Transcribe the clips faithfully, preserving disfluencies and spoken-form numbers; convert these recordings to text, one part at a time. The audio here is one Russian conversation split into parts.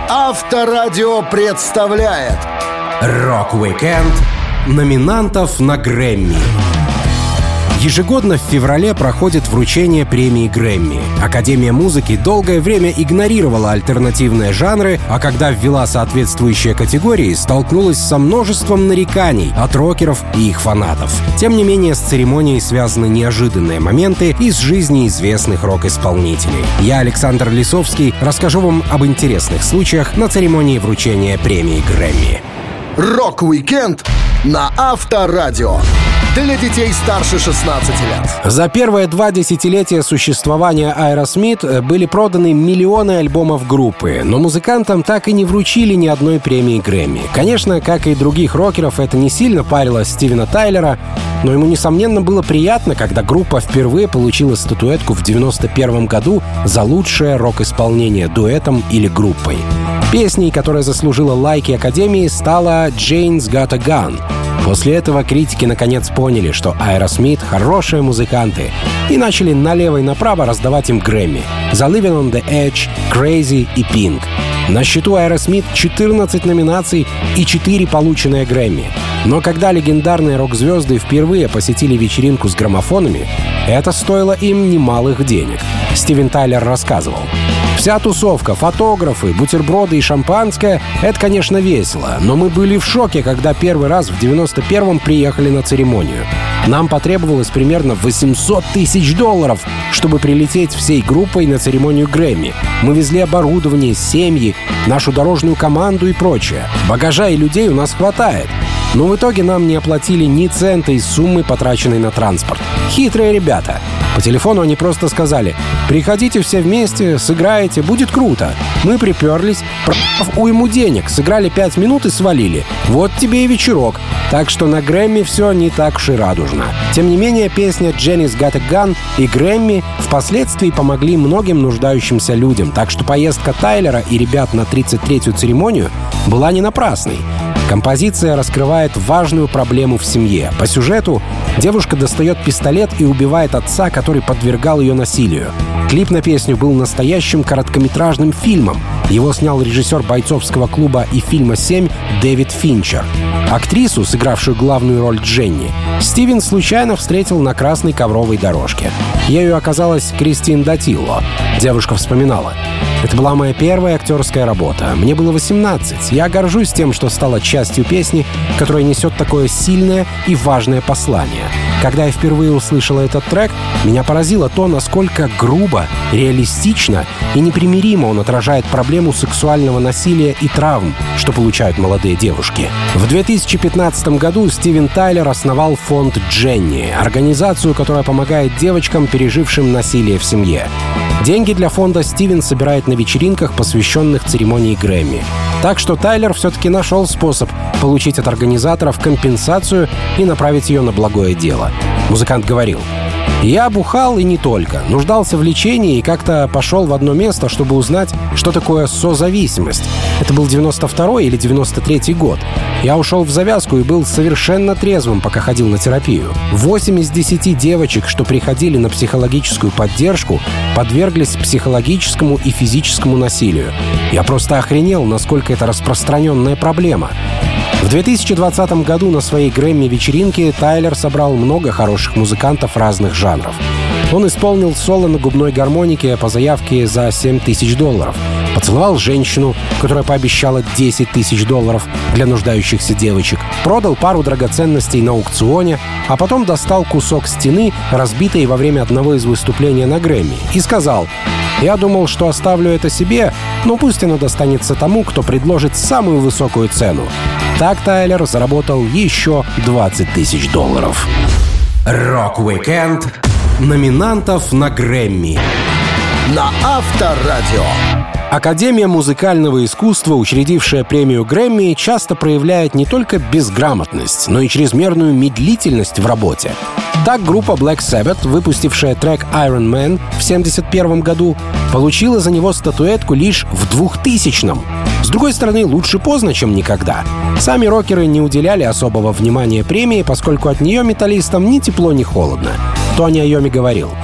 Авторадио представляет Рок-викенд номинантов на Грэмми. Ежегодно в феврале проходит вручение премии Грэмми. Академия музыки долгое время игнорировала альтернативные жанры, а когда ввела соответствующие категории, столкнулась со множеством нареканий от рокеров и их фанатов. Тем не менее, с церемонией связаны неожиданные моменты из жизни известных рок-исполнителей. Я, Александр Лисовский, расскажу вам об интересных случаях на церемонии вручения премии Грэмми. Рок-викенд на Авторадио. Для детей старше шестнадцати лет. За первые два десятилетия существования Aerosmith были проданы миллионы альбомов группы, но музыкантам так и не вручили ни одной премии Грэмми. Конечно, как и других рокеров, это не сильно парило Стивена Тайлера, но ему, несомненно, было приятно, когда группа впервые получила статуэтку в девяносто первом году за лучшее рок-исполнение дуэтом или группой. Песней, которая заслужила лайки Академии, стала «Jane's Got a Gun». После этого критики наконец поняли, что Aerosmith — хорошие музыканты, и начали налево и направо раздавать им Грэмми за «Living on the Edge», «Crazy» и «Pink». На счету Aerosmith четырнадцать номинаций и четыре полученные Грэмми. Но когда легендарные рок-звезды впервые посетили вечеринку с граммофонами, это стоило им немалых денег. Стивен Тайлер рассказывал: «Вся тусовка, фотографы, бутерброды и шампанское — это, конечно, весело, но мы были в шоке, когда первый раз в девяносто первом приехали на церемонию. Нам потребовалось примерно восемьсот тысяч долларов, чтобы прилететь всей группой на церемонию Грэмми. Мы везли оборудование, семьи, нашу дорожную команду и прочее. Багажа и людей у нас хватает. Но в итоге нам не оплатили ни цента из суммы, потраченной на транспорт. Хитрые ребята. По телефону они просто сказали: приходите все вместе, сыграете, будет круто. Мы приперлись, про***в уйму денег, сыграли пять минут и свалили. Вот тебе и вечерок. Так что на Грэмми все не так уж и радужно». Тем не менее, песня «Jane's Got a Gun» и Грэмми впоследствии помогли многим нуждающимся людям, так что поездка Тайлера и ребят на тридцать третью церемонию была не напрасной. Композиция раскрывает важную проблему в семье. По сюжету девушка достает пистолет и убивает отца, который подвергал ее насилию. Клип на песню был настоящим короткометражным фильмом. Его снял режиссер бойцовского клуба и фильма «семь» Дэвид Финчер. Актрису, сыгравшую главную роль Дженни, Стивен случайно встретил на красной ковровой дорожке. Ею оказалась Кристин Датилло. Девушка вспоминала: «Это была моя первая актерская работа. Мне было восемнадцать. Я горжусь тем, что стала частью песни, которая несет такое сильное и важное послание. Когда я впервые услышала этот трек, меня поразило то, насколько грубо, реалистично и непримиримо он отражает проблему сексуального насилия и травм, что получают молодые девушки». В две тысячи пятнадцатом году Стивен Тайлер основал фонд «Дженни», организацию, которая помогает девочкам, пережившим насилие в семье. Деньги для фонда Стивен собирает на вечеринках, посвященных церемонии Грэмми. Так что Тайлер все-таки нашел способ получить от организаторов компенсацию и направить ее на благое дело. Музыкант говорил: «Я бухал и не только. Нуждался в лечении и как-то пошел в одно место, чтобы узнать, что такое созависимость. Это был девяносто второй или девяносто третий год. Я ушел в завязку и был совершенно трезвым, пока ходил на терапию. Восемь из десяти девочек, что приходили на психологическую поддержку, подверглись психологическому и физическому насилию. Я просто охренел, насколько это распространенная проблема». В две тысячи двадцатом году на своей Грэмми-вечеринке Тайлер собрал много хороших музыкантов разных жанров. Он исполнил соло на губной гармонике по заявке за семь тысяч долларов, поцеловал женщину, которая пообещала десять тысяч долларов для нуждающихся девочек, продал пару драгоценностей на аукционе, а потом достал кусок стены, разбитой во время одного из выступлений на Грэмми, и сказал: «Я думал, что оставлю это себе, но пусть оно достанется тому, кто предложит самую высокую цену». Так Тайлер заработал еще двадцать тысяч долларов. Рок-викенд номинантов на Грэмми на Авторадио. Академия музыкального искусства, учредившая премию Грэмми, часто проявляет не только безграмотность, но и чрезмерную медлительность в работе. Так группа Black Sabbath, выпустившая трек Iron Man в семьдесят первом году, получила за него статуэтку лишь в двухтысячном. С другой стороны, лучше поздно, чем никогда. Сами рокеры не уделяли особого внимания премии, поскольку от нее металлистам ни тепло, ни холодно. Тони Айоми говорил: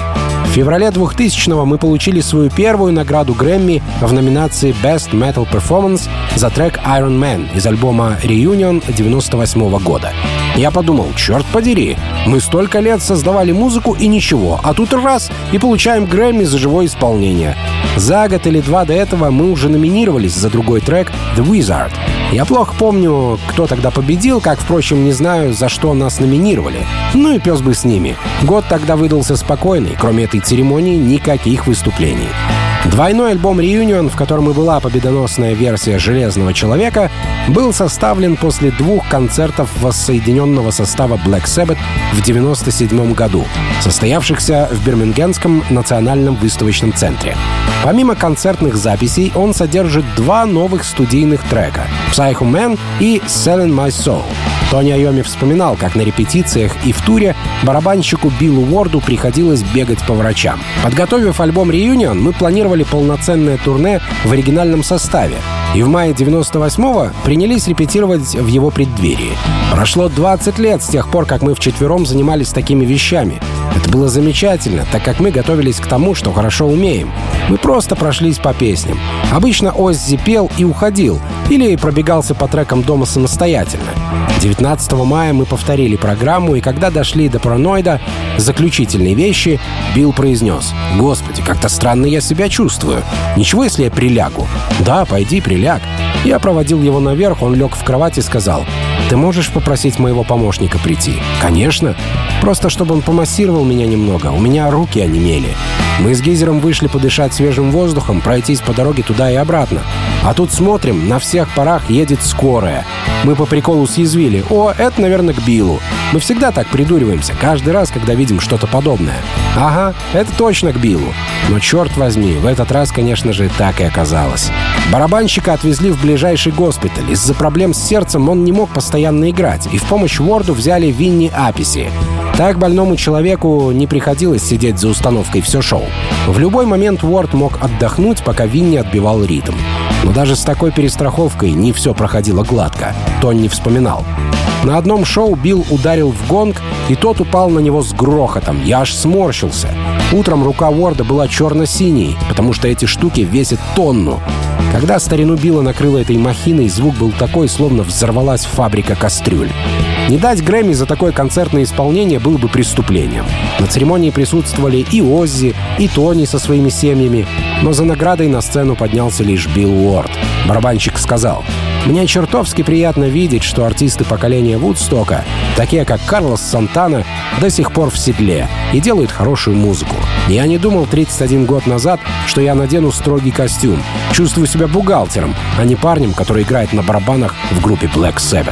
В феврале двухтысячного мы получили свою первую награду Грэмми в номинации Best Metal Performance за трек Iron Man из альбома Reunion девяносто восьмого года. Я подумал, черт подери, мы столько лет создавали музыку и ничего, а тут раз — и получаем Грэмми за живое исполнение. За год или два до этого мы уже номинировались за другой трек The Wizard. Я плохо помню, кто тогда победил, как, впрочем, не знаю, за что нас номинировали. Ну и пес бы с ними. Год тогда выдался спокойный, кроме этой церемонии никаких выступлений. Двойной альбом Reunion, в котором и была победоносная версия «Железного человека», был составлен после двух концертов воссоединенного состава Black Sabbath в девяносто седьмом году, состоявшихся в Бирмингемском национальном выставочном центре. Помимо концертных записей, он содержит два новых студийных трека — «Psycho Man» и «Selling My Soul». Тони Айоми вспоминал, как на репетициях и в туре барабанщику Биллу Уорду приходилось бегать по врачам. Подготовив альбом Reunion, мы планировали полноценное турне в оригинальном составе, и в мае девяносто восьмого принялись репетировать в его преддверии. Прошло двадцать лет с тех пор, как мы вчетвером занимались такими вещами. Это было замечательно, так как мы готовились к тому, что хорошо умеем. Мы просто прошлись по песням. Обычно Оззи пел и уходил, или пробегался по трекам дома самостоятельно. девятнадцатого мая мы повторили программу, и когда дошли до «Параноида», заключительные вещи, Билл произнес: «Господи, как-то странно я себя чувствую. Ничего, если я прилягу?» «Да, пойди, приляг». Я проводил его наверх, он лег в кровать и сказал: «Ты можешь попросить моего помощника прийти?» «Конечно. Просто чтобы он помассировал меня немного. У меня руки онемели». Мы с Гизером вышли подышать свежим воздухом, пройтись по дороге туда и обратно. А тут смотрим, на всех парах едет скорая. Мы по приколу съязвили: «О, это, наверное, к Биллу». Мы всегда так придуриваемся, каждый раз, когда видим что-то подобное. Ага, это точно к Биллу. Но, черт возьми, в этот раз, конечно же, так и оказалось. Барабанщика отвезли в ближайший госпиталь. Из-за проблем с сердцем он не мог постоянно играть, и в помощь Уорду взяли Винни Аписи. Так больному человеку не приходилось сидеть за установкой все шоу. В любой момент Уорд мог отдохнуть, пока Винни отбивал ритм. Но даже с такой перестраховкой не все проходило гладко. Тони вспоминал: «На одном шоу Билл ударил в гонг, и тот упал на него с грохотом. Я аж сморщился. Утром рука Уорда была черно-синей, потому что эти штуки весят тонну. Когда старину Билла накрыло этой махиной, звук был такой, словно взорвалась фабрика кастрюль». Не дать Грэмми за такое концертное исполнение было бы преступлением. На церемонии присутствовали и Оззи, и Тони со своими семьями, но за наградой на сцену поднялся лишь Билл Уорд. Барабанщик сказал: «Мне чертовски приятно видеть, что артисты поколения Вудстока, такие как Карлос Сантана, до сих пор в седле и делают хорошую музыку. Я не думал тридцать один год назад, что я надену строгий костюм. Чувствую себя бухгалтером, а не парнем, который играет на барабанах в группе Black Sabbath».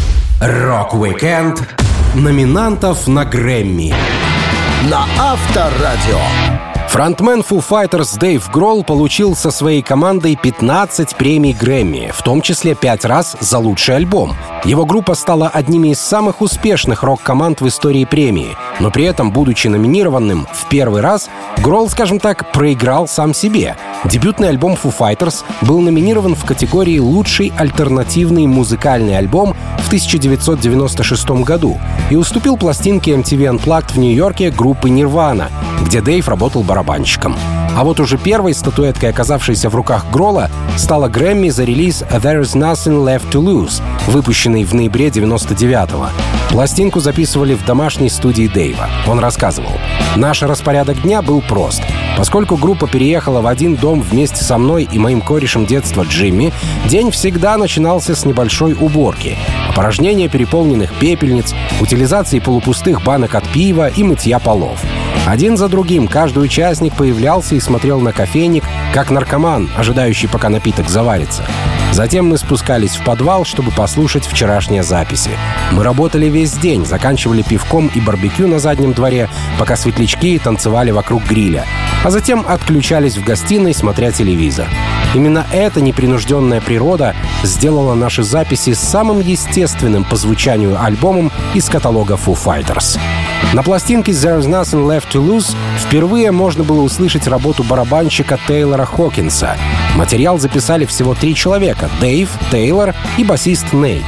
Рок-викенд номинантов на Грэмми на Авторадио. Фронтмен Foo Fighters Дэйв Гролл получил со своей командой пятнадцать премий Грэмми, в том числе пять раз за лучший альбом. Его группа стала одними из самых успешных рок-команд в истории премии, но при этом, будучи номинированным в первый раз, Гролл, скажем так, проиграл сам себе. Дебютный альбом Foo Fighters был номинирован в категории «Лучший альтернативный музыкальный альбом» в тысяча девятьсот девяносто шестом году и уступил пластинке эм ти ви Unplugged в Нью-Йорке группы Nirvana, где Дэйв работал барабанщиком. А вот уже первой статуэткой, оказавшейся в руках Гролла, стала Грэмми за релиз «There's Nothing Left to Lose», выпущенный в ноябре девяносто девятого. Пластинку записывали в домашней студии Дэйва. Он рассказывал: «Наш распорядок дня был прост. Поскольку группа переехала в один дом вместе со мной и моим корешем детства Джимми, день всегда начинался с небольшой уборки, опорожнения переполненных пепельниц, утилизации полупустых банок от пива и мытья полов. Один за другим каждый участник появлялся и смотрел на кофейник, как наркоман, ожидающий, пока напиток заварится. Затем мы спускались в подвал, чтобы послушать вчерашние записи. Мы работали весь день, заканчивали пивком и барбекю на заднем дворе, пока светлячки танцевали вокруг гриля, а затем отключались в гостиной, смотря телевизор. Именно эта непринужденная природа сделала наши записи самым естественным по звучанию альбомом из каталога Foo Fighters. На пластинке «There's Nothing Left to Lose» впервые можно было услышать работу барабанщика Тейлора Хокинса. Материал записали всего три человека — Дэйв, Тейлор и басист Нейт.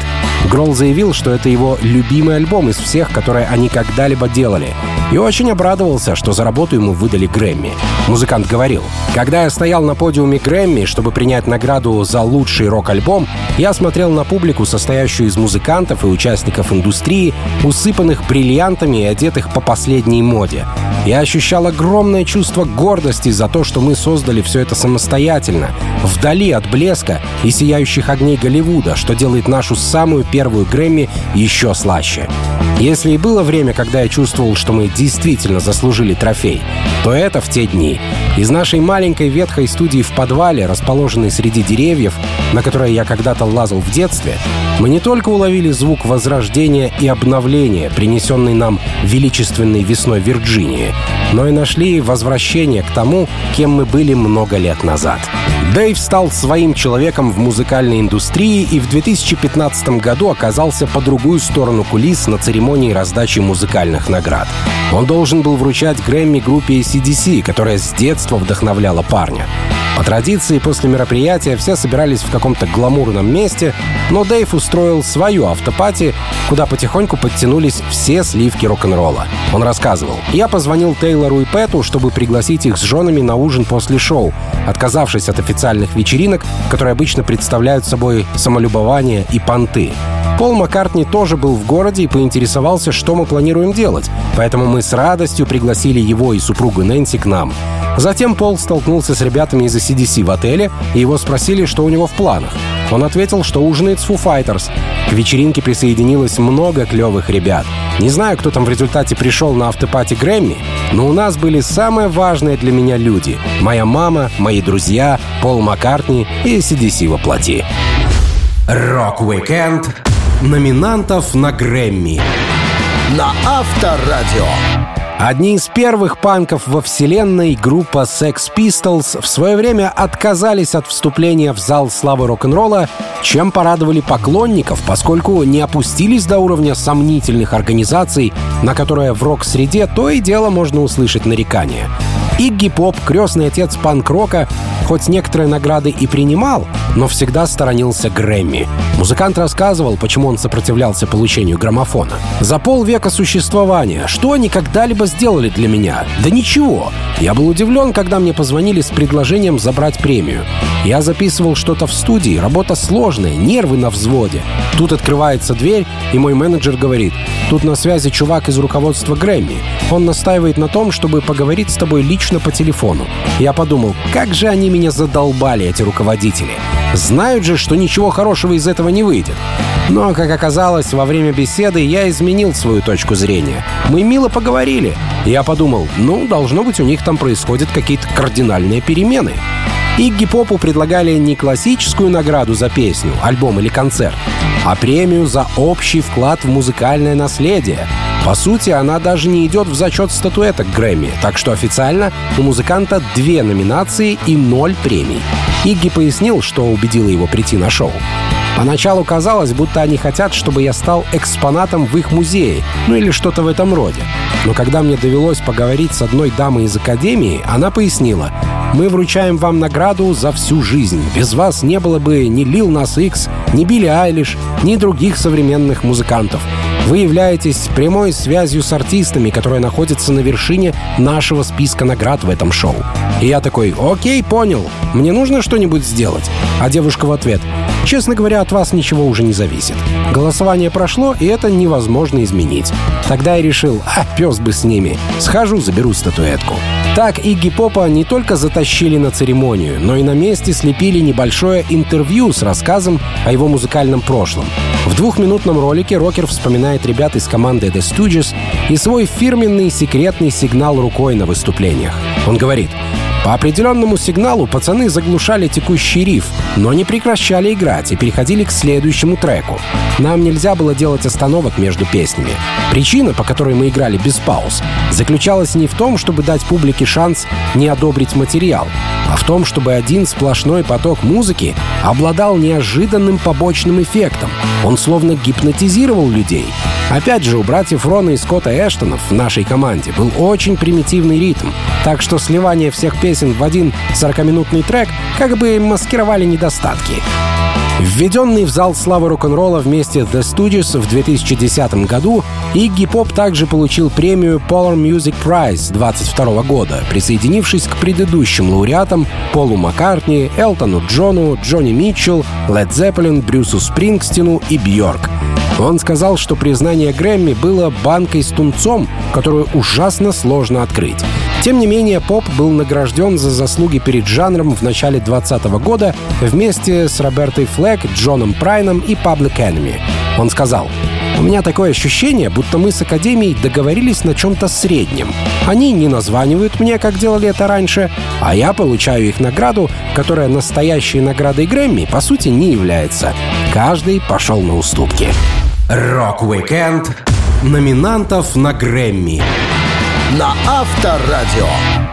Гролл заявил, что это его любимый альбом из всех, которые они когда-либо делали. И очень обрадовался, что за работу ему выдали Грэмми. Музыкант говорил: «Когда я стоял на подиуме Грэмми, чтобы принять награду за лучший рок-альбом, я смотрел на публику, состоящую из музыкантов и участников индустрии, усыпанных бриллиантами и одетых по последней моде. Я ощущал огромное чувство гордости за то, что мы создали все это самостоятельно, вдали от блеска и сияющих огней Голливуда, что делает нашу самую первую Грэмми еще слаще. Если и было время, когда я чувствовал, что мы действительно заслужили трофей, то это в те дни. Из нашей маленькой ветхой студии в подвале, расположенной среди деревьев, на которые я когда-то лазал в детстве, мы не только уловили звук возрождения и обновления, принесенный нам величественной весной Вирджинии, но и нашли возвращение к тому, кем мы были много лет назад». Дэйв стал своим человеком в музыкальной индустрии и в две тысячи пятнадцатом году оказался по другую сторону кулис на церемонии раздачи музыкальных наград. Он должен был вручать Грэмми группе эй си ди си, которая с детства вдохновляла парня. По традиции, после мероприятия все собирались в каком-то гламурном месте, но Дэйв устроил свою автопати, куда потихоньку подтянулись все сливки рок-н-ролла. Он рассказывал: «Я позвонил Тейлору и Пэту, чтобы пригласить их с женами на ужин после шоу, отказавшись от официальных вечеринок, которые обычно представляют собой самолюбование и понты. Пол Маккартни тоже был в городе и поинтересовался, что мы планируем делать, поэтому мы с радостью пригласили его и супругу Нэнси к нам. Затем Пол столкнулся с ребятами из эй си ди си в отеле, и его спросили, что у него в планах. Он ответил, что ужинает с Foo Fighters. К вечеринке присоединилось много клевых ребят. Не знаю, кто там в результате пришел на автопати Грэмми, но у нас были самые важные для меня люди. Моя мама, мои друзья, Пол Маккартни и эй си ди си воплоти». Рок-викенд номинантов на Грэмми на Авторадио. Одни из первых панков во вселенной, группа Sex Pistols, в свое время отказались от вступления в зал славы рок-н-ролла, чем порадовали поклонников, поскольку не опустились до уровня сомнительных организаций, на которые в рок-среде то и дело можно услышать нарекания. Игги Поп, крестный отец панк-рока, хоть некоторые награды и принимал, но всегда сторонился Грэмми. Музыкант рассказывал, почему он сопротивлялся получению граммофона. «За полвека существования что они когда-либо сделали для меня? Да ничего. Я был удивлен, когда мне позвонили с предложением забрать премию. Я записывал что-то в студии, работа сложная, нервы на взводе. Тут открывается дверь, и мой менеджер говорит: тут на связи чувак из руководства Грэмми. Он настаивает на том, чтобы поговорить с тобой лично по телефону. Я подумал, как же они меня задолбали, эти руководители. Знают же, что ничего хорошего из этого не выйдет. Но, как оказалось, во время беседы я изменил свою точку зрения. Мы мило поговорили. Я подумал, ну, должно быть, у них там происходят какие-то кардинальные перемены». Игги Попу предлагали не классическую награду за песню, альбом или концерт, а премию за общий вклад в музыкальное наследие. По сути, она даже не идет в зачет статуэток Грэмми, так что официально у музыканта две номинации и ноль премий. Игги пояснил, что убедило его прийти на шоу. «Поначалу казалось, будто они хотят, чтобы я стал экспонатом в их музее, ну или что-то в этом роде. Но когда мне довелось поговорить с одной дамой из Академии, она пояснила: мы вручаем вам награду за всю жизнь. Без вас не было бы ни Lil Nas X, ни Билли Айлиш, ни других современных музыкантов. Вы являетесь прямой связью с артистами, которые находятся на вершине нашего списка наград в этом шоу». И я такой: окей, понял, мне нужно что-нибудь сделать? А девушка в ответ: честно говоря, от вас ничего уже не зависит. Голосование прошло, и это невозможно изменить. Тогда я решил, а, пес бы с ними, схожу, заберу статуэтку. Так Игги Попа не только затащили на церемонию, но и на месте слепили небольшое интервью с рассказом о его музыкальном прошлом. В двухминутном ролике рокер вспоминает ребят из команды The Stooges и свой фирменный секретный сигнал рукой на выступлениях. Он говорит: по определенному сигналу пацаны заглушали текущий риф, но не прекращали играть и переходили к следующему треку. Нам нельзя было делать остановок между песнями. Причина, по которой мы играли без пауз, заключалась не в том, чтобы дать публике шанс не одобрить материал, а в том, чтобы один сплошной поток музыки обладал неожиданным побочным эффектом. Он словно гипнотизировал людей. Опять же, у братьев Рона и Скотта Эштонов в нашей команде был очень примитивный ритм, так что сливание всех песен в один сорокаминутный трек как бы маскировали недостатки. Введенный в зал славы рок-н-ролла вместе с The Stooges в две тысячи десятом году, Игги Поп также получил премию Polar Music Prize двадцать второго года, присоединившись к предыдущим лауреатам Полу Маккартни, Элтону Джону, Джонни Митчелл, Led Zeppelin, Брюсу Спрингстину и Бьорк. Он сказал, что признание Грэмми было банкой с тунцом, которую ужасно сложно открыть. Тем не менее, Поп был награжден за заслуги перед жанром в начале двадцатого года вместе с Робертой Флэк, Джоном Прайном и Public Enemy. Он сказал: «У меня такое ощущение, будто мы с Академией договорились на чем-то среднем. Они не названивают мне, как делали это раньше, а я получаю их награду, которая настоящей наградой Грэмми, по сути, не является. Каждый пошел на уступки». Рок-викенд номинантов на Грэмми на Авторадио.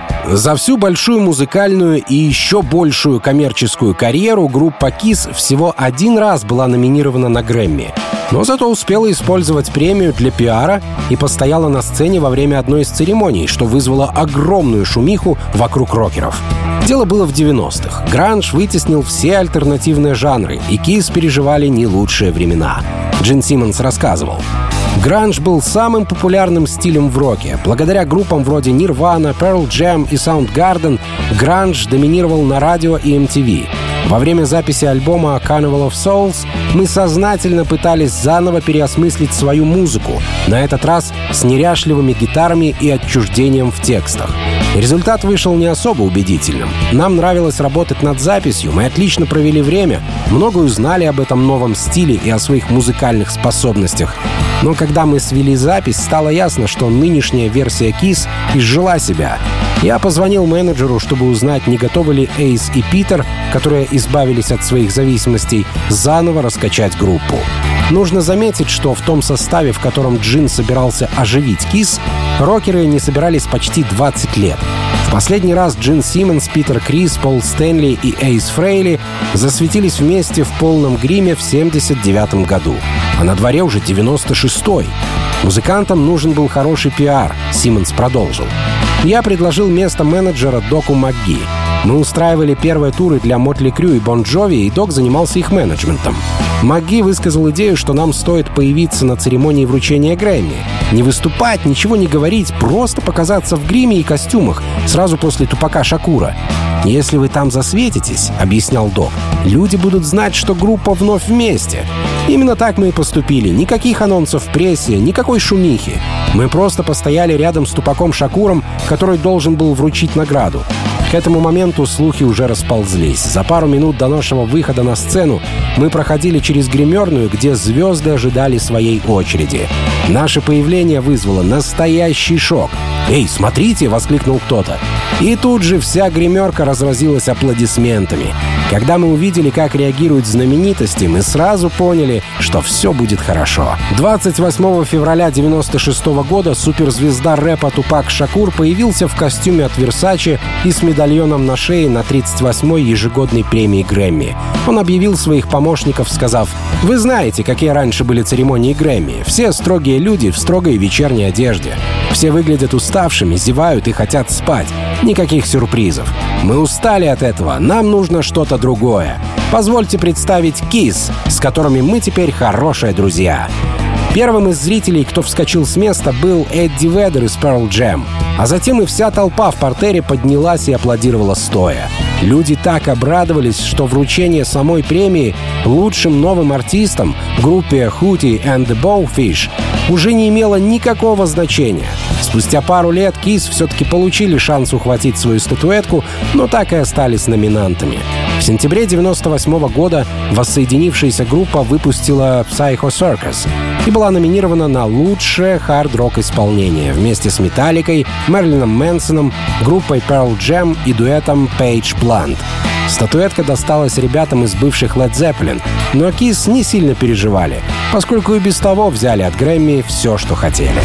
За всю большую музыкальную и еще большую коммерческую карьеру группа Kiss всего один раз была номинирована на Грэмми. Но зато успела использовать премию для пиара и постояла на сцене во время одной из церемоний, что вызвало огромную шумиху вокруг рокеров. Дело было в девяностых. Гранж вытеснил все альтернативные жанры, и Kiss переживали не лучшие времена. Джин Симмонс рассказывал: «Гранж был самым популярным стилем в роке. Благодаря группам вроде Nirvana, Pearl Jam и Soundgarden гранж доминировал на радио и эм ти ви. Во время записи альбома Carnival of Souls мы сознательно пытались заново переосмыслить свою музыку, на этот раз с неряшливыми гитарами и отчуждением в текстах. Результат вышел не особо убедительным. Нам нравилось работать над записью, мы отлично провели время, много узнали об этом новом стиле и о своих музыкальных способностях. Но когда мы свели запись, стало ясно, что нынешняя версия Kiss изжила себя. Я позвонил менеджеру, чтобы узнать, не готовы ли Эйс и Питер, которые избавились от своих зависимостей, заново раскачать группу. Нужно заметить, что в том составе, в котором Джин собирался оживить Kiss, рокеры не собирались почти двадцать лет. В последний раз Джин Симмонс, Питер Крис, Пол Стэнли и Эйс Фрейли засветились вместе в полном гриме в семьдесят девятом году. А на дворе уже девяносто шестой. Музыкантам нужен был хороший пиар, Симмонс продолжил. Я предложил место менеджера Доку МакГи. Мы устраивали первые туры для Мотли Крю и Бон Джови, и Док занимался их менеджментом. МакГи высказал идею, что нам стоит появиться на церемонии вручения Грэмми. Не выступать, ничего не говорить, просто показаться в гриме и костюмах сразу после Тупака Шакура. «Если вы там засветитесь, — объяснял Док, — люди будут знать, что группа вновь вместе». Именно так мы и поступили. Никаких анонсов в прессе, никакой шумихи. Мы просто постояли рядом с Тупаком Шакуром, который должен был вручить награду. К этому моменту слухи уже расползлись. За пару минут до нашего выхода на сцену мы проходили через гримерную, где звезды ожидали своей очереди. Наше появление вызвало настоящий шок. «Эй, смотрите!» — воскликнул кто-то. И тут же вся гримерка разразилась аплодисментами. Когда мы увидели, как реагируют знаменитости, мы сразу поняли, что все будет хорошо. двадцать восьмого февраля девяносто шестого года суперзвезда рэпа Тупак Шакур появился в костюме от Versace и с медальоном на шее на тридцать восьмой ежегодной премии Грэмми. Он объявил своих помощников, сказав: «Вы знаете, какие раньше были церемонии Грэмми. Все строгие люди в строгой вечерней одежде. Все выглядят уставшими, зевают и хотят спать. Никаких сюрпризов. Мы устали от этого, нам нужно что-то другое. Позвольте представить Kiss, с которыми мы теперь хорошие друзья». Первым из зрителей, кто вскочил с места, был Эдди Веддер из Pearl Jam. А затем и вся толпа в партере поднялась и аплодировала стоя. Люди так обрадовались, что вручение самой премии лучшим новым артистам группе Hootie and the Blowfish уже не имело никакого значения. Спустя пару лет Kiss все-таки получили шанс ухватить свою статуэтку, но так и остались номинантами. В сентябре девяносто восьмого года воссоединившаяся группа выпустила Psycho Circus и была номинирована на лучшее хард-рок исполнение вместе с Металликой, Мэрилином Мэнсоном, группой Pearl Jam и дуэтом Page Plant. Статуэтка досталась ребятам из бывших Led Zeppelin, но Kiss не сильно переживали, поскольку и без того взяли от Грэмми все, что хотели.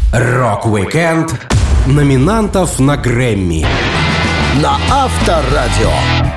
Рок-викенд номинантов на Грэмми на Авторадио.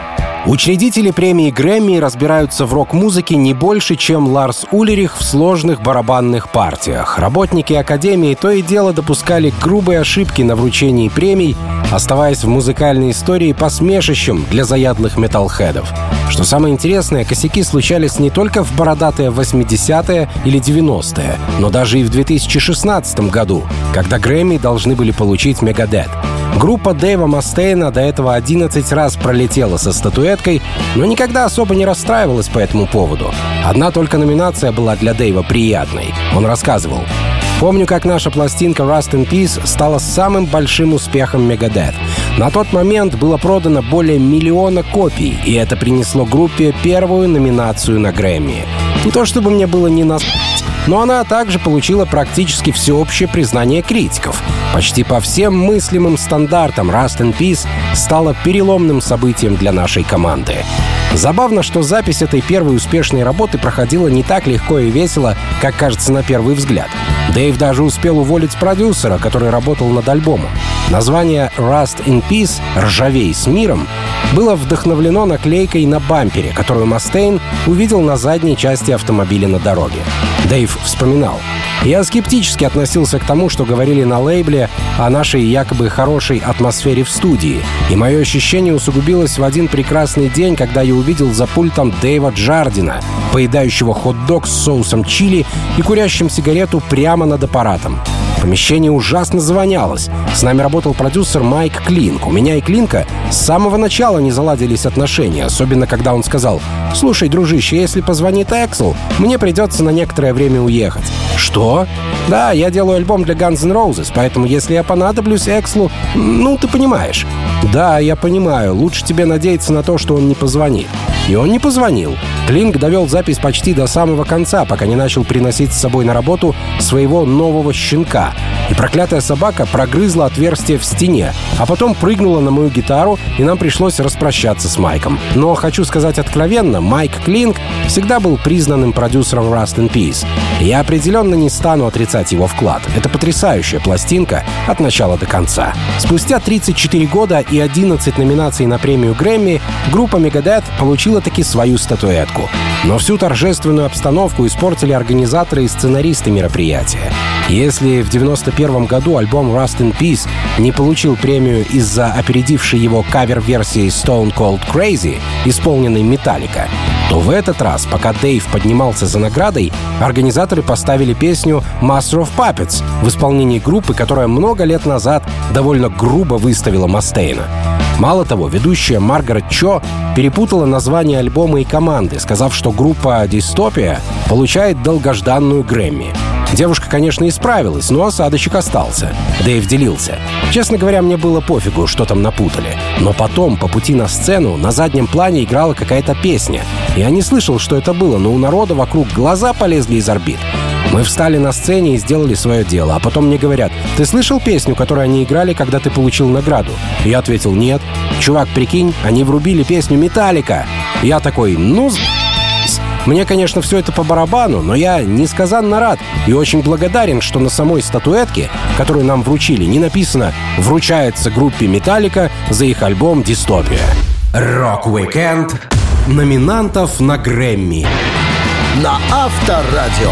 Учредители премии Грэмми разбираются в рок-музыке не больше, чем Ларс Ульрих в сложных барабанных партиях. Работники Академии то и дело допускали грубые ошибки на вручении премий, оставаясь в музыкальной истории посмешищем для заядлых металлхедов. Что самое интересное, косяки случались не только в бородатые восьмидесятые или девяностые, но даже и в две тысячи шестнадцатом году, когда Грэмми должны были получить Megadeth. Группа Дэйва Мастейна до этого одиннадцать раз пролетела со статуэткой, но никогда особо не расстраивалась по этому поводу. Одна только номинация была для Дэйва приятной. Он рассказывал: «Помню, как наша пластинка Rust in Peace стала самым большим успехом Megadeth. На тот момент было продано более миллиона копий, и это принесло группе первую номинацию на Грэмми. Не то чтобы мне было не на... но она также получила практически всеобщее признание критиков. Почти по всем мыслимым стандартам Rust in Peace стала переломным событием для нашей команды». Забавно, что запись этой первой успешной работы проходила не так легко и весело, как кажется на первый взгляд. Дэйв даже успел уволить продюсера, который работал над альбомом. Название «Rust in Peace» — «Ржавей с миром» было вдохновлено наклейкой на бампере, которую Мастейн увидел на задней части автомобиля на дороге. Дэйв вспоминал: «Я скептически относился к тому, что говорили на лейбле о нашей якобы хорошей атмосфере в студии, и мое ощущение усугубилось в один прекрасный день, когда я увидел за пультом Дэйва Джардина, поедающего хот-дог с соусом чили и курящим сигарету прямо над аппаратом. Помещение ужасно завонялось. С нами работал продюсер Майк Клинк. У меня и Клинка с самого начала не заладились отношения, особенно когда он сказал: «Слушай, дружище, если позвонит Эксл, мне придется на некоторое время уехать». «Что?» «Да, я делаю альбом для Guns N' Roses, поэтому если я понадоблюсь Экслу, ну, ты понимаешь». «Да, я понимаю. Лучше тебе надеяться на то, что он не позвонит». И он не позвонил. Клинк довел запись почти до самого конца, пока не начал приносить с собой на работу своего нового щенка. И проклятая собака прогрызла отверстие в стене, а потом прыгнула на мою гитару, и нам пришлось распрощаться с Майком. Но, хочу сказать откровенно, Майк Клинк всегда был признанным продюсером Rust in Peace. И я определенно не стану отрицать его вклад. Это потрясающая пластинка от начала до конца. Спустя тридцать четыре года и одиннадцать номинаций на премию Грэмми группа Megadeth получила таки свою статуэтку. Но всю торжественную обстановку испортили организаторы и сценаристы мероприятия. Если в девяносто первом году альбом Rust in Peace не получил премию из-за опередившей его кавер-версии Stone Cold Crazy, исполненной Metallica, то в этот раз, пока Дэйв поднимался за наградой, организаторы поставили песню Master of Puppets в исполнении группы, которая много лет назад довольно грубо выставила Мастейна. Мало того, ведущая Маргарет Чо перепутала название альбома и команды, сказав, что группа «Дистопия» получает долгожданную Грэмми. Девушка, конечно, исправилась, но осадочек остался. Дэйв делился: «Честно говоря, мне было пофигу, что там напутали. Но потом, по пути на сцену, на заднем плане играла какая-то песня. Я не слышал, что это было, но у народа вокруг глаза полезли из орбит. Мы встали на сцене и сделали свое дело, а потом мне говорят: «Ты слышал песню, которую они играли, когда ты получил награду?» Я ответил: «Нет». «Чувак, прикинь, они врубили песню «Металлика». Я такой: «Ну, з***». Мне, конечно, все это по барабану, но я несказанно рад и очень благодарен, что на самой статуэтке, которую нам вручили, не написано «Вручается группе «Металлика» за их альбом «Дистопия». Рок-уикенд номинантов на Грэмми на Авторадио.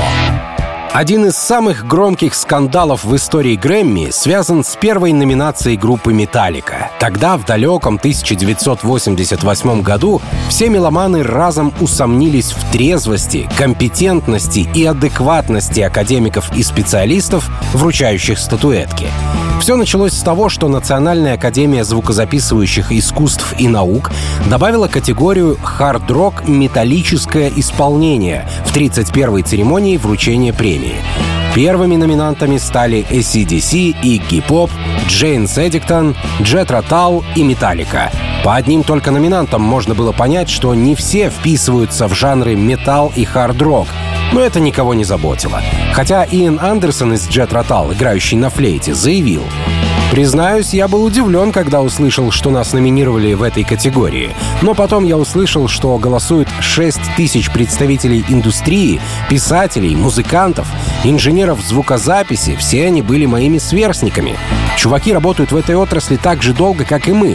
Один из самых громких скандалов в истории Грэмми связан с первой номинацией группы «Металлика». Тогда, в далеком тысяча девятьсот восемьдесят восьмом году, все меломаны разом усомнились в трезвости, компетентности и адекватности академиков и специалистов, вручающих статуэтки. Все началось с того, что Национальная академия звукозаписывающих искусств и наук добавила категорию «Хард-рок металлическое исполнение» в тридцать первой церемонии вручения премии. Первыми номинантами стали эй си ди си, Iggy Pop, Джеймс Эдиктон, Джethro Tull и Metallica. По одним только номинантам можно было понять, что не все вписываются в жанры металл и хард-рок, но это никого не заботило. Хотя Иэн Андерсон из Джethro Tull, играющий на флейте, заявил: «Признаюсь, я был удивлен, когда услышал, что нас номинировали в этой категории. Но потом я услышал, что голосуют шесть тысяч представителей индустрии, писателей, музыкантов, инженеров звукозаписи. Все они были моими сверстниками. Чуваки работают в этой отрасли так же долго, как и мы.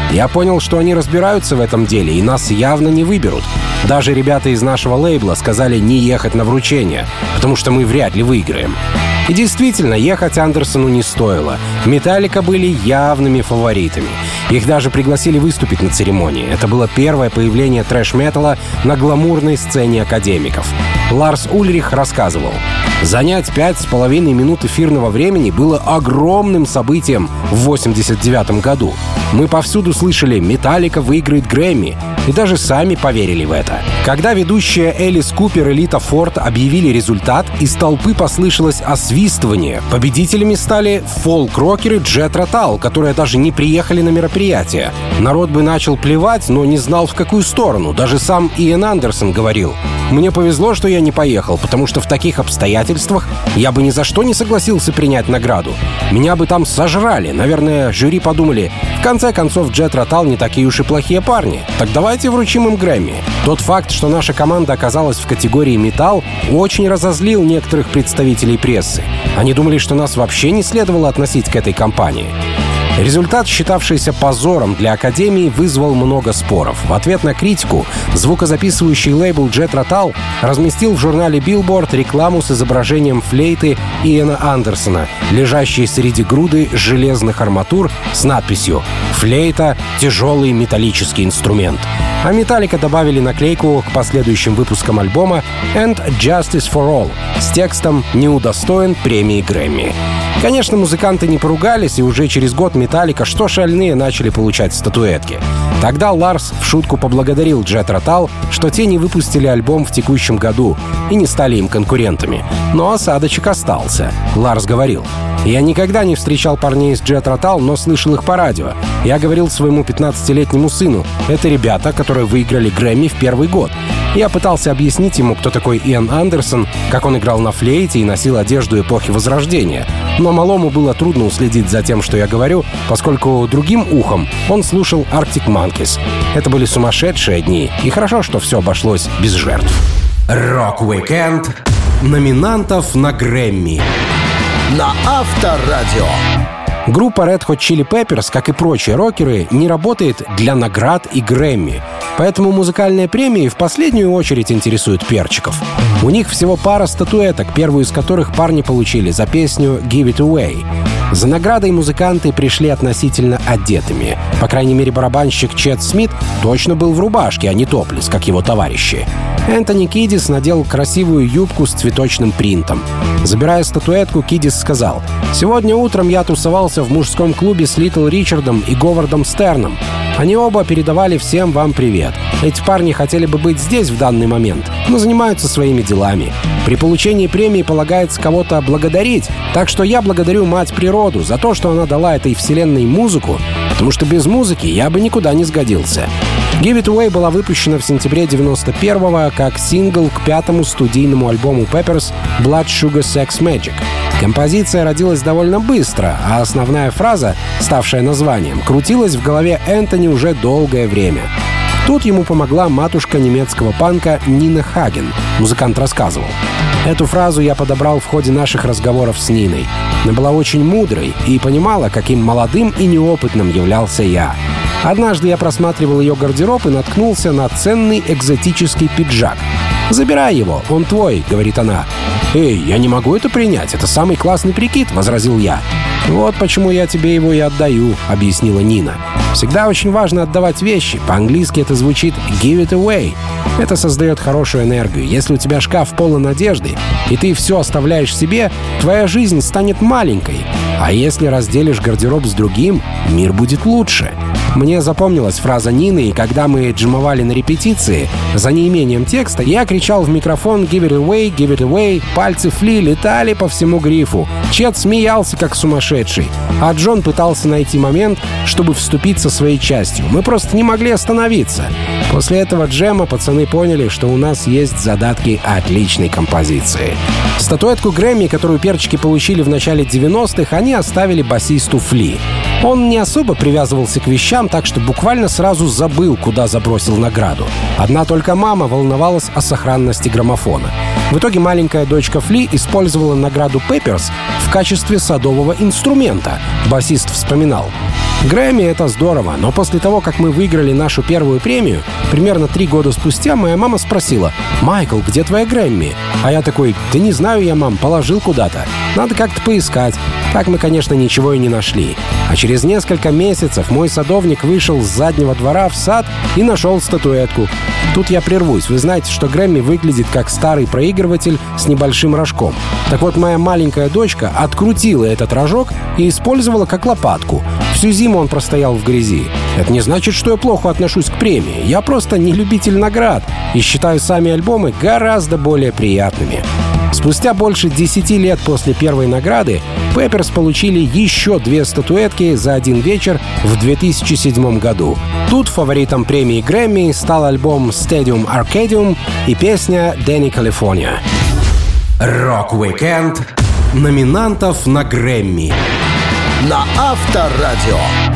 Я понял, что они разбираются в этом деле, и нас явно не выберут. Даже ребята из нашего лейбла сказали не ехать на вручение, потому что мы вряд ли выиграем. И действительно, ехать Андерсону не стоило. Металлика были явными фаворитами. Их даже пригласили выступить на церемонии. Это было первое появление трэш-металла на гламурной сцене академиков. Ларс Ульрих рассказывал: «Занять пять с половиной минут эфирного времени было огромным событием в восемьдесят девятом году. Мы повсюду слышали «Металлика выиграет Грэмми», и даже сами поверили в это. Когда ведущая Элис Купер и Лита Форд объявили результат, из толпы послышалось освистывание. Победителями стали фолк-рокеры Jet Rotal, которые даже не приехали на мероприятие. Народ бы начал плевать, но не знал, в какую сторону. Даже сам Иэн Андерсон говорил: «Мне повезло, что я не поехал, потому что в таких обстоятельствах я бы ни за что не согласился принять награду. Меня бы там сожрали. Наверное, жюри подумали: в конце концов, Jet Rotal не такие уж и плохие парни. Так давайте вручим им Грэмми». Тот факт, что наша команда оказалась в категории «Металл», очень разозлил некоторых представителей прессы. Они думали, что нас вообще не следовало относить к этой компании. Результат, считавшийся позором для Академии, вызвал много споров. В ответ на критику звукозаписывающий лейбл Jet Rotal разместил в журнале Billboard рекламу с изображением флейты Иэна Андерсона, лежащей среди груды железных арматур с надписью «Флейта — тяжелый металлический инструмент». А Металлика добавили наклейку к последующим выпускам альбома «And Justice for All» с текстом «Не удостоен премии Грэмми». Конечно, музыканты не поругались, и уже через год Металлика, что шальные, начали получать статуэтки. Тогда Ларс в шутку поблагодарил Jet Rotal, что те не выпустили альбом в текущем году и не стали им конкурентами. Но осадочек остался. Ларс говорил: «Я никогда не встречал парней из Jet Rotal, но слышал их по радио. Я говорил своему пятнадцатилетнему сыну: это ребята, которые выиграли Грэмми в первый год. Я пытался объяснить ему, кто такой Иэн Андерсон, как он играл на флейте и носил одежду эпохи Возрождения. Но малому было трудно уследить за тем, что я говорю, поскольку другим ухом он слушал Arctic Monkeys. Это были сумасшедшие дни, и хорошо, что все обошлось без жертв». Рок-викенд номинантов на Грэмми на Авторадио. Группа Red Hot Chili Peppers, как и прочие рокеры, не работает для наград и Грэмми. Поэтому музыкальные премии в последнюю очередь интересуют перчиков. У них всего пара статуэток, первую из которых парни получили за песню «Give It Away». За наградой музыканты пришли относительно одетыми. По крайней мере, барабанщик Чет Смит точно был в рубашке, а не топлес, как его товарищи. Энтони Кидис надел красивую юбку с цветочным принтом. Забирая статуэтку, Кидис сказал: «Сегодня утром я тусовался в мужском клубе с Литл Ричардом и Говардом Стерном. Они оба передавали всем вам привет. Эти парни хотели бы быть здесь в данный момент, но занимаются своими делами. При получении премии полагается кого-то благодарить, так что я благодарю мать природу за то, что она дала этой вселенной музыку, потому что без музыки я бы никуда не сгодился». «Give It Away» была выпущена в сентябре девяносто первого как сингл к пятому студийному альбому Peppers «Blood Sugar Sex Magic». Композиция родилась довольно быстро, а основная фраза, ставшая названием, крутилась в голове Энтони уже долгое время. Тут ему помогла матушка немецкого панка Нина Хаген. Музыкант рассказывал: «Эту фразу я подобрал в ходе наших разговоров с Ниной. Она была очень мудрой и понимала, каким молодым и неопытным являлся я. Однажды я просматривал ее гардероб и наткнулся на ценный экзотический пиджак. «Забирай его, он твой», — говорит она. «Эй, я не могу это принять, это самый классный прикид», — возразил я. «Вот почему я тебе его и отдаю», — объяснила Нина. «Всегда очень важно отдавать вещи. По-английски это звучит «give it away». Это создает хорошую энергию. Если у тебя шкаф полон одежды, и ты все оставляешь себе, твоя жизнь станет маленькой. А если разделишь гардероб с другим, мир будет лучше». Мне запомнилась фраза Нины, и когда мы джимовали на репетиции, за неимением текста, я кричал в микрофон «Give it away, give it away», пальцы Фли летали по всему грифу. Чет смеялся как сумасшедший, а Джон пытался найти момент, чтобы вступиться своей частью. Мы просто не могли остановиться. После этого джема пацаны поняли, что у нас есть задатки отличной композиции. Статуэтку Грэмми, которую перчики получили в начале девяностых, они оставили басисту Фли. Он не особо привязывался к вещам, так что буквально сразу забыл, куда забросил награду. Одна только мама волновалась о сохранности граммофона. В итоге маленькая дочка Фли использовала награду Пепперс в качестве садового инструмента, басист вспоминал. Грэмми — это здорово, но после того, как мы выиграли нашу первую премию, примерно три года спустя моя мама спросила: «Майкл, где твоя Грэмми?» А я такой: «Да не знаю я, мам, положил куда-то. Надо как-то поискать». Так мы, конечно, ничего и не нашли. А через несколько месяцев мой садовник вышел с заднего двора в сад и нашел статуэтку. Тут я прервусь. Вы знаете, что Грэмми выглядит как старый проигрыватель с небольшим рожком. Так вот, моя маленькая дочка открутила этот рожок и использовала как лопатку. Всю зиму он простоял в грязи. Это не значит, что я плохо отношусь к премии. Я просто не любитель наград и считаю сами альбомы гораздо более приятными. Спустя больше десяти лет после первой награды Пепперс получили еще две статуэтки за один вечер в две тысячи седьмом году. Тут фаворитом премии Грэмми стал альбом Stadium Arcadium и песня «Danny California». Рок-уикенд номинантов на Грэмми На Авторадио.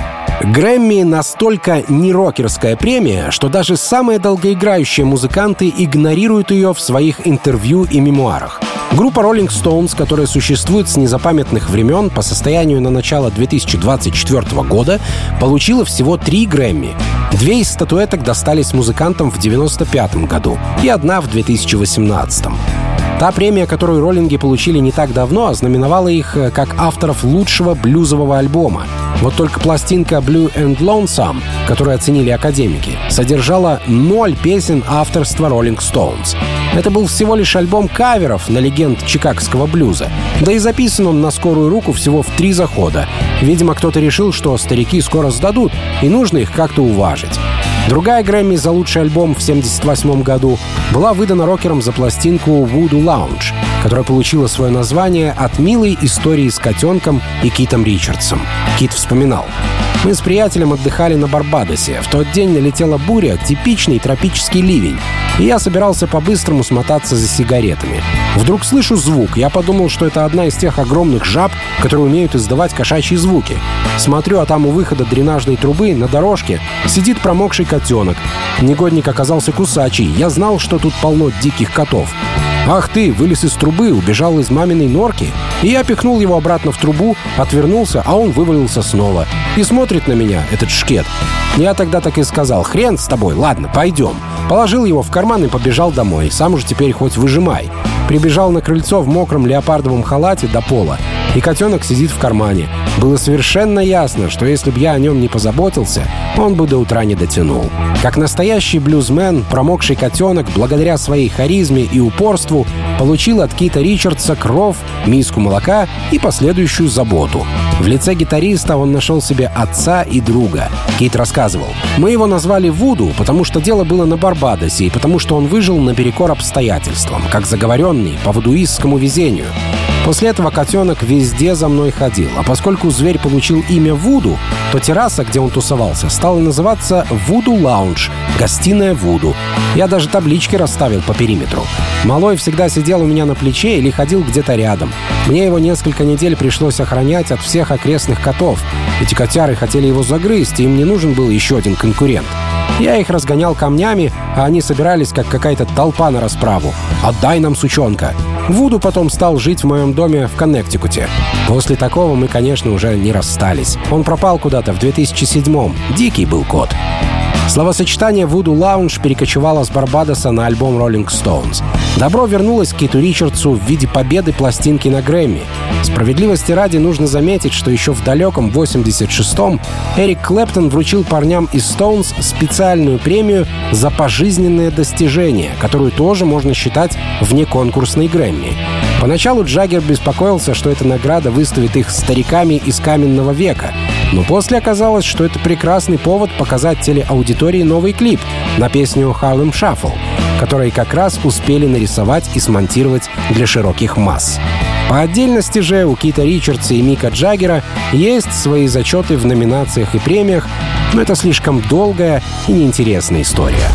Грэмми настолько не рокерская премия, что даже самые долгоиграющие музыканты игнорируют ее в своих интервью и мемуарах. Группа Rolling Stones, которая существует с незапамятных времен, по состоянию на начало две тысячи двадцать четвёртого года, получила всего три Грэмми. Две из статуэток достались музыкантам в девяносто пятом году и одна в две тысячи восемнадцатом. Та премия, которую роллинги получили не так давно, ознаменовала их как авторов лучшего блюзового альбома. Вот только пластинка Blue and Lonesome, которую оценили академики, содержала ноль песен авторства Rolling Stones. Это был всего лишь альбом каверов на легенд чикагского блюза. Да и записан он на скорую руку всего в три захода. Видимо, кто-то решил, что старики скоро сдадут, и нужно их как-то уважить. Другая Грэмми за лучший альбом в семьдесят восьмом году была выдана рокерам за пластинку Voodoo Lounge, которая получила свое название от милой истории с котенком и Китом Ричардсом. Кит вспоминал: «Мы с приятелем отдыхали на Барбадосе. В тот день налетела буря, типичный тропический ливень. И я собирался по-быстрому смотаться за сигаретами. Вдруг слышу звук. Я подумал, что это одна из тех огромных жаб, которые умеют издавать кошачьи звуки. Смотрю, а там у выхода дренажной трубы на дорожке сидит промокший котенок. Негодник оказался кусачий. Я знал, что тут полно диких котов. Ах ты, вылез из трубы, убежал из маминой норки. И я пихнул его обратно в трубу, отвернулся, а он вывалился снова. И смотрит на меня, этот шкет. Я тогда так и сказал: хрен с тобой, ладно, пойдем. Положил его в карман и побежал домой. Сам уже теперь хоть выжимай. Прибежал на крыльцо в мокром леопардовом халате до пола. И котенок сидит в кармане. Было совершенно ясно, что если б я о нем не позаботился, он бы до утра не дотянул. Как настоящий блюзмен, промокший котенок, благодаря своей харизме и упорству, получил от Кита Ричардса кров, миску молока и последующую заботу. В лице гитариста он нашел себе отца и друга. Кит рассказывал: «Мы его назвали Вуду, потому что дело было на Барбадосе и потому что он выжил наперекор обстоятельствам, как заговоренный по вудуистскому везению. После этого котенок везде за мной ходил, а поскольку зверь получил имя Вуду, то терраса, где он тусовался, стала называться Voodoo Lounge, гостиная Вуду. Я даже таблички расставил по периметру. Малой всегда сидел у меня на плече или ходил где-то рядом. Мне его несколько недель пришлось охранять от всех окрестных котов. Эти котяры хотели его загрызть, и им не нужен был еще один конкурент. Я их разгонял камнями, а они собирались, как какая-то толпа на расправу. «Отдай нам сучонка!» Вуду потом стал жить в моем доме в Коннектикуте. После такого мы, конечно, уже не расстались. Он пропал куда-то в две тысячи седьмом. Дикий был кот. Словосочетание Voodoo Lounge перекочевало с Барбадоса на альбом Rolling Stones. Добро вернулось к Киту Ричардсу в виде победы пластинки на Грэмми. Справедливости ради нужно заметить, что еще в далеком восемьдесят шестом Эрик Клэптон вручил парням из Stones специальную премию за пожизненное достижение, которую тоже можно считать внеконкурсной Грэмми. Поначалу Джаггер беспокоился, что эта награда выставит их стариками из каменного века. Но после оказалось, что это прекрасный повод показать телеаудитории новый клип на песню «Harlem Shuffle», который как раз успели нарисовать и смонтировать для широких масс. По отдельности же у Кита Ричардса и Мика Джаггера есть свои зачеты в номинациях и премиях, но это слишком долгая и неинтересная история.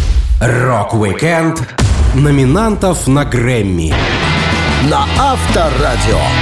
Рок-уикенд номинантов на Грэмми На Авторадио.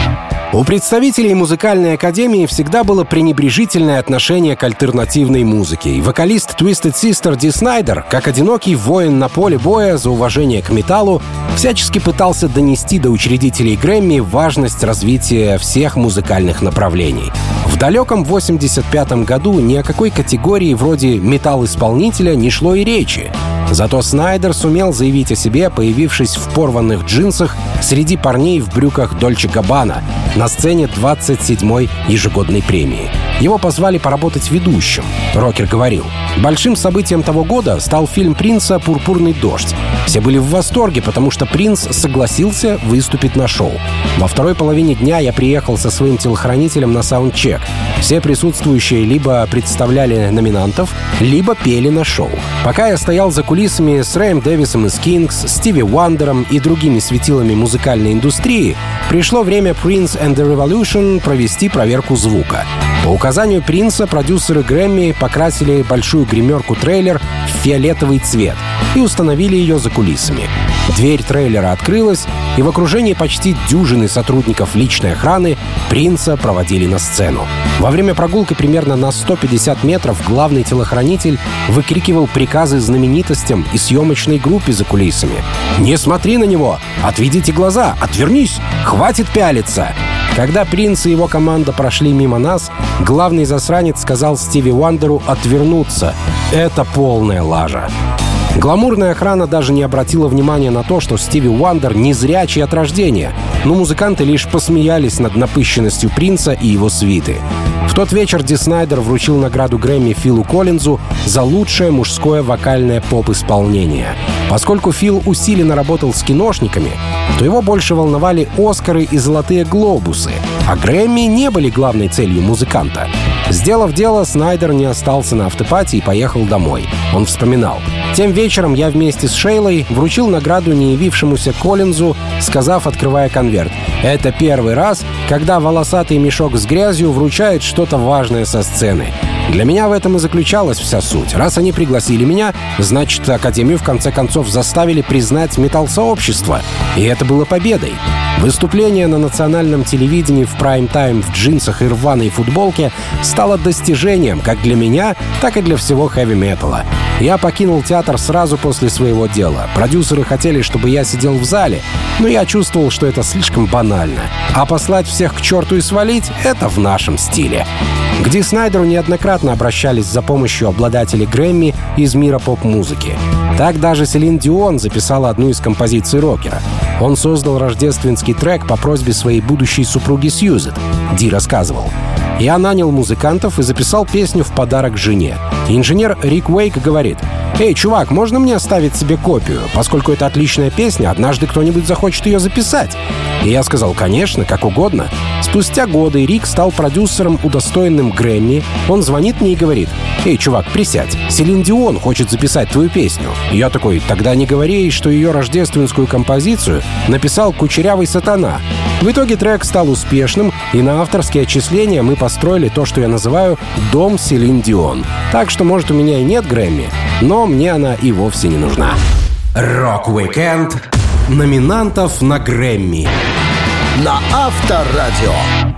У представителей музыкальной академии всегда было пренебрежительное отношение к альтернативной музыке. И вокалист Twisted Sister Ди Снайдер, как одинокий воин на поле боя за уважение к металлу, всячески пытался донести до учредителей Грэмми важность развития всех музыкальных направлений. В далеком восемьдесят пятом году ни о какой категории вроде металл-исполнителя не шло и речи. Зато Снайдер сумел заявить о себе, появившись в порванных джинсах среди парней в брюках Дольче Габбана на сцене двадцать седьмой ежегодной премии. Его позвали поработать ведущим. Рокер говорил: «Большим событием того года стал фильм Принца «Пурпурный дождь». Все были в восторге, потому что принц согласился выступить на шоу. Во второй половине дня я приехал со своим телохранителем на саундчек. Все присутствующие либо представляли номинантов, либо пели на шоу. Пока я стоял за кулисами с Рэем Дэвисом из Кингс, Стиви Уандером и другими светилами музыкальной индустрии, пришло время Prince and the Revolution провести проверку звука. По указанию Принца продюсеры Грэмми покрасили большую гримерку-трейлер в фиолетовый цвет и установили ее за кулисами. Дверь трейлера открылась, и в окружении почти дюжины сотрудников личной охраны Принца проводили на сцену. Во время прогулки примерно на сто пятьдесят метров главный телохранитель выкрикивал приказы знаменитостям и съемочной группе за кулисами. «Не смотри на него! Отведите глаза! Отвернись! Хватит пялиться!» Когда Принц и его команда прошли мимо нас, главный засранец сказал Стиви Уандеру отвернуться. Это полная лажа. Гламурная охрана даже не обратила внимания на то, что Стиви Уандер незрячий от рождения, но музыканты лишь посмеялись над напыщенностью Принца и его свиты. В тот вечер Ди Снайдер вручил награду Грэмми Филу Коллинзу за лучшее мужское вокальное поп-исполнение. Поскольку Фил усиленно работал с киношниками, то его больше волновали Оскары и Золотые глобусы, а Грэмми не были главной целью музыканта. Сделав дело, Снайдер не остался на автопати и поехал домой. Он вспоминал: «Тем вечером я вместе с Шейлой вручил награду не явившемуся Коллинзу, сказав, открывая конверт: это первый раз, когда волосатый мешок с грязью вручает что-то важное со сцены. Для меня в этом и заключалась вся суть. Раз они пригласили меня, значит, Академию в конце концов заставили признать металл-сообщество. И это было победой». Выступление на национальном телевидении в прайм-тайм в джинсах и рваной футболке стало достижением как для меня, так и для всего хэви-металла. Я покинул театр сразу после своего дела. Продюсеры хотели, чтобы я сидел в зале, но я чувствовал, что это слишком банально. А послать всех к черту и свалить — это в нашем стиле. К Ди Снайдеру неоднократно обращались за помощью обладатели Грэмми из мира поп-музыки. Так даже Селин Дион записала одну из композиций рокера. Он создал рождественский трек по просьбе своей будущей супруги Сьюзет. Ди рассказывал: «Я нанял музыкантов и записал песню в подарок жене. Инженер Рик Уэйк говорит: «Эй, чувак, можно мне оставить себе копию? Поскольку это отличная песня, однажды кто-нибудь захочет ее записать». И я сказал: «Конечно, как угодно». Спустя годы Рик стал продюсером, удостоенным Грэмми. Он звонит мне и говорит: «Эй, чувак, присядь, Селин Дион хочет записать твою песню». И я такой: «Тогда не говори ей, что ее рождественскую композицию написал Кучерявый Сатана». В итоге трек стал успешным, и на авторские отчисления мы построили то, что я называю «Дом Селин Дион». Так что, может, у меня и нет Грэмми, но мне она и вовсе не нужна. Рок-викенд номинантов на Грэмми на Авторадио.